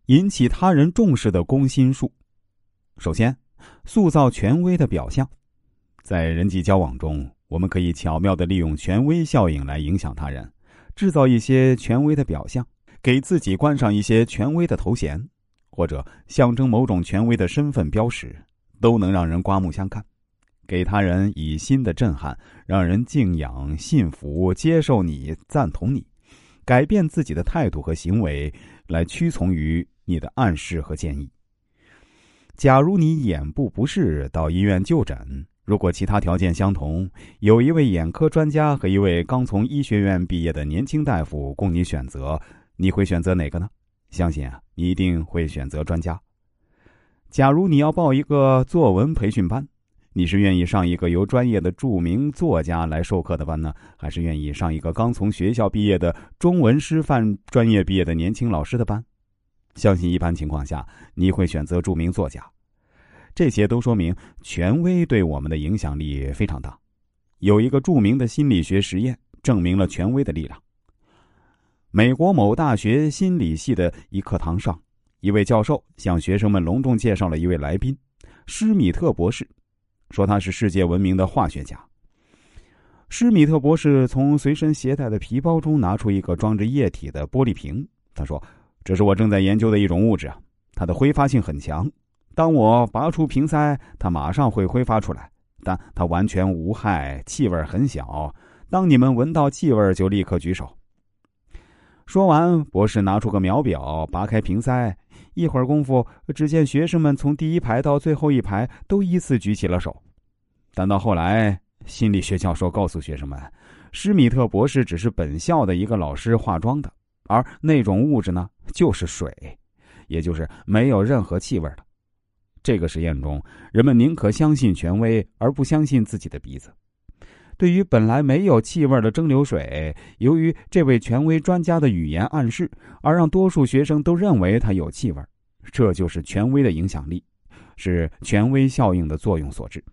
引起他人重视的攻心术。首先，塑造权威的表象。在人际交往中，我们可以巧妙地利用权威效应来影响他人，制造一些权威的表象，给自己冠上一些权威的头衔，或者象征某种权威的身份标识，都能让人刮目相看，给他人以新的震撼，让人敬仰、信服、接受你、赞同你，改变自己的态度和行为，来屈从于你的暗示和建议。假如你眼部不适到医院就诊，如果其他条件相同，有一位眼科专家和一位刚从医学院毕业的年轻大夫供你选择，你会选择哪个呢？相信你一定会选择专家。假如你要报一个作文培训班，你是愿意上一个由专业的著名作家来授课的班呢，还是愿意上一个刚从学校毕业的中文师范专业毕业的年轻老师的班？相信一般情况下，你会选择著名作家。这些都说明权威对我们的影响力非常大。有一个著名的心理学实验证明了权威的力量。美国某大学心理系的一课堂上，一位教授向学生们隆重介绍了一位来宾，施米特博士，说他是世界闻名的化学家。施米特博士从随身携带的皮包中拿出一个装着液体的玻璃瓶，他说：“这是我正在研究的一种物质，它的挥发性很强。当我拔出瓶塞，它马上会挥发出来，但它完全无害，气味很小。当你们闻到气味，就立刻举手。”说完，博士拿出个秒表，拔开瓶塞，一会儿功夫，只见学生们从第一排到最后一排都依次举起了手。但到后来，心理学教授告诉学生们，施米特博士只是本校的一个老师化妆的，而那种物质呢，就是水，也就是没有任何气味的。这个实验中，人们宁可相信权威，而不相信自己的鼻子。对于本来没有气味的蒸馏水，由于这位权威专家的语言暗示，而让多数学生都认为它有气味，这就是权威的影响力，是权威效应的作用所致。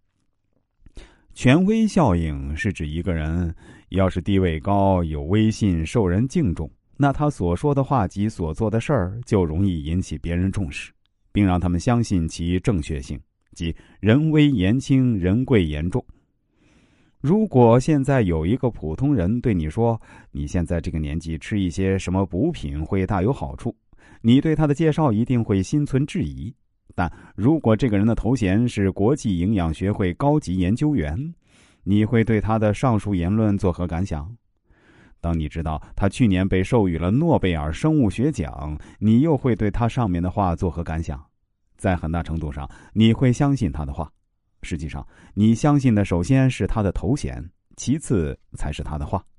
权威效应是指一个人要是地位高、有威信、受人敬重，那他所说的话及所做的事儿就容易引起别人重视，并让他们相信其正确性，即人微言轻，人贵言重。如果现在有一个普通人对你说，你现在这个年纪吃一些什么补品会大有好处，你对他的介绍一定会心存质疑。但如果这个人的头衔是国际营养学会高级研究员，你会对他的上述言论作何感想？当你知道他去年被授予了诺贝尔生物学奖，你又会对他上面的话作何感想？在很大程度上，你会相信他的话。实际上，你相信的首先是他的头衔，其次才是他的话。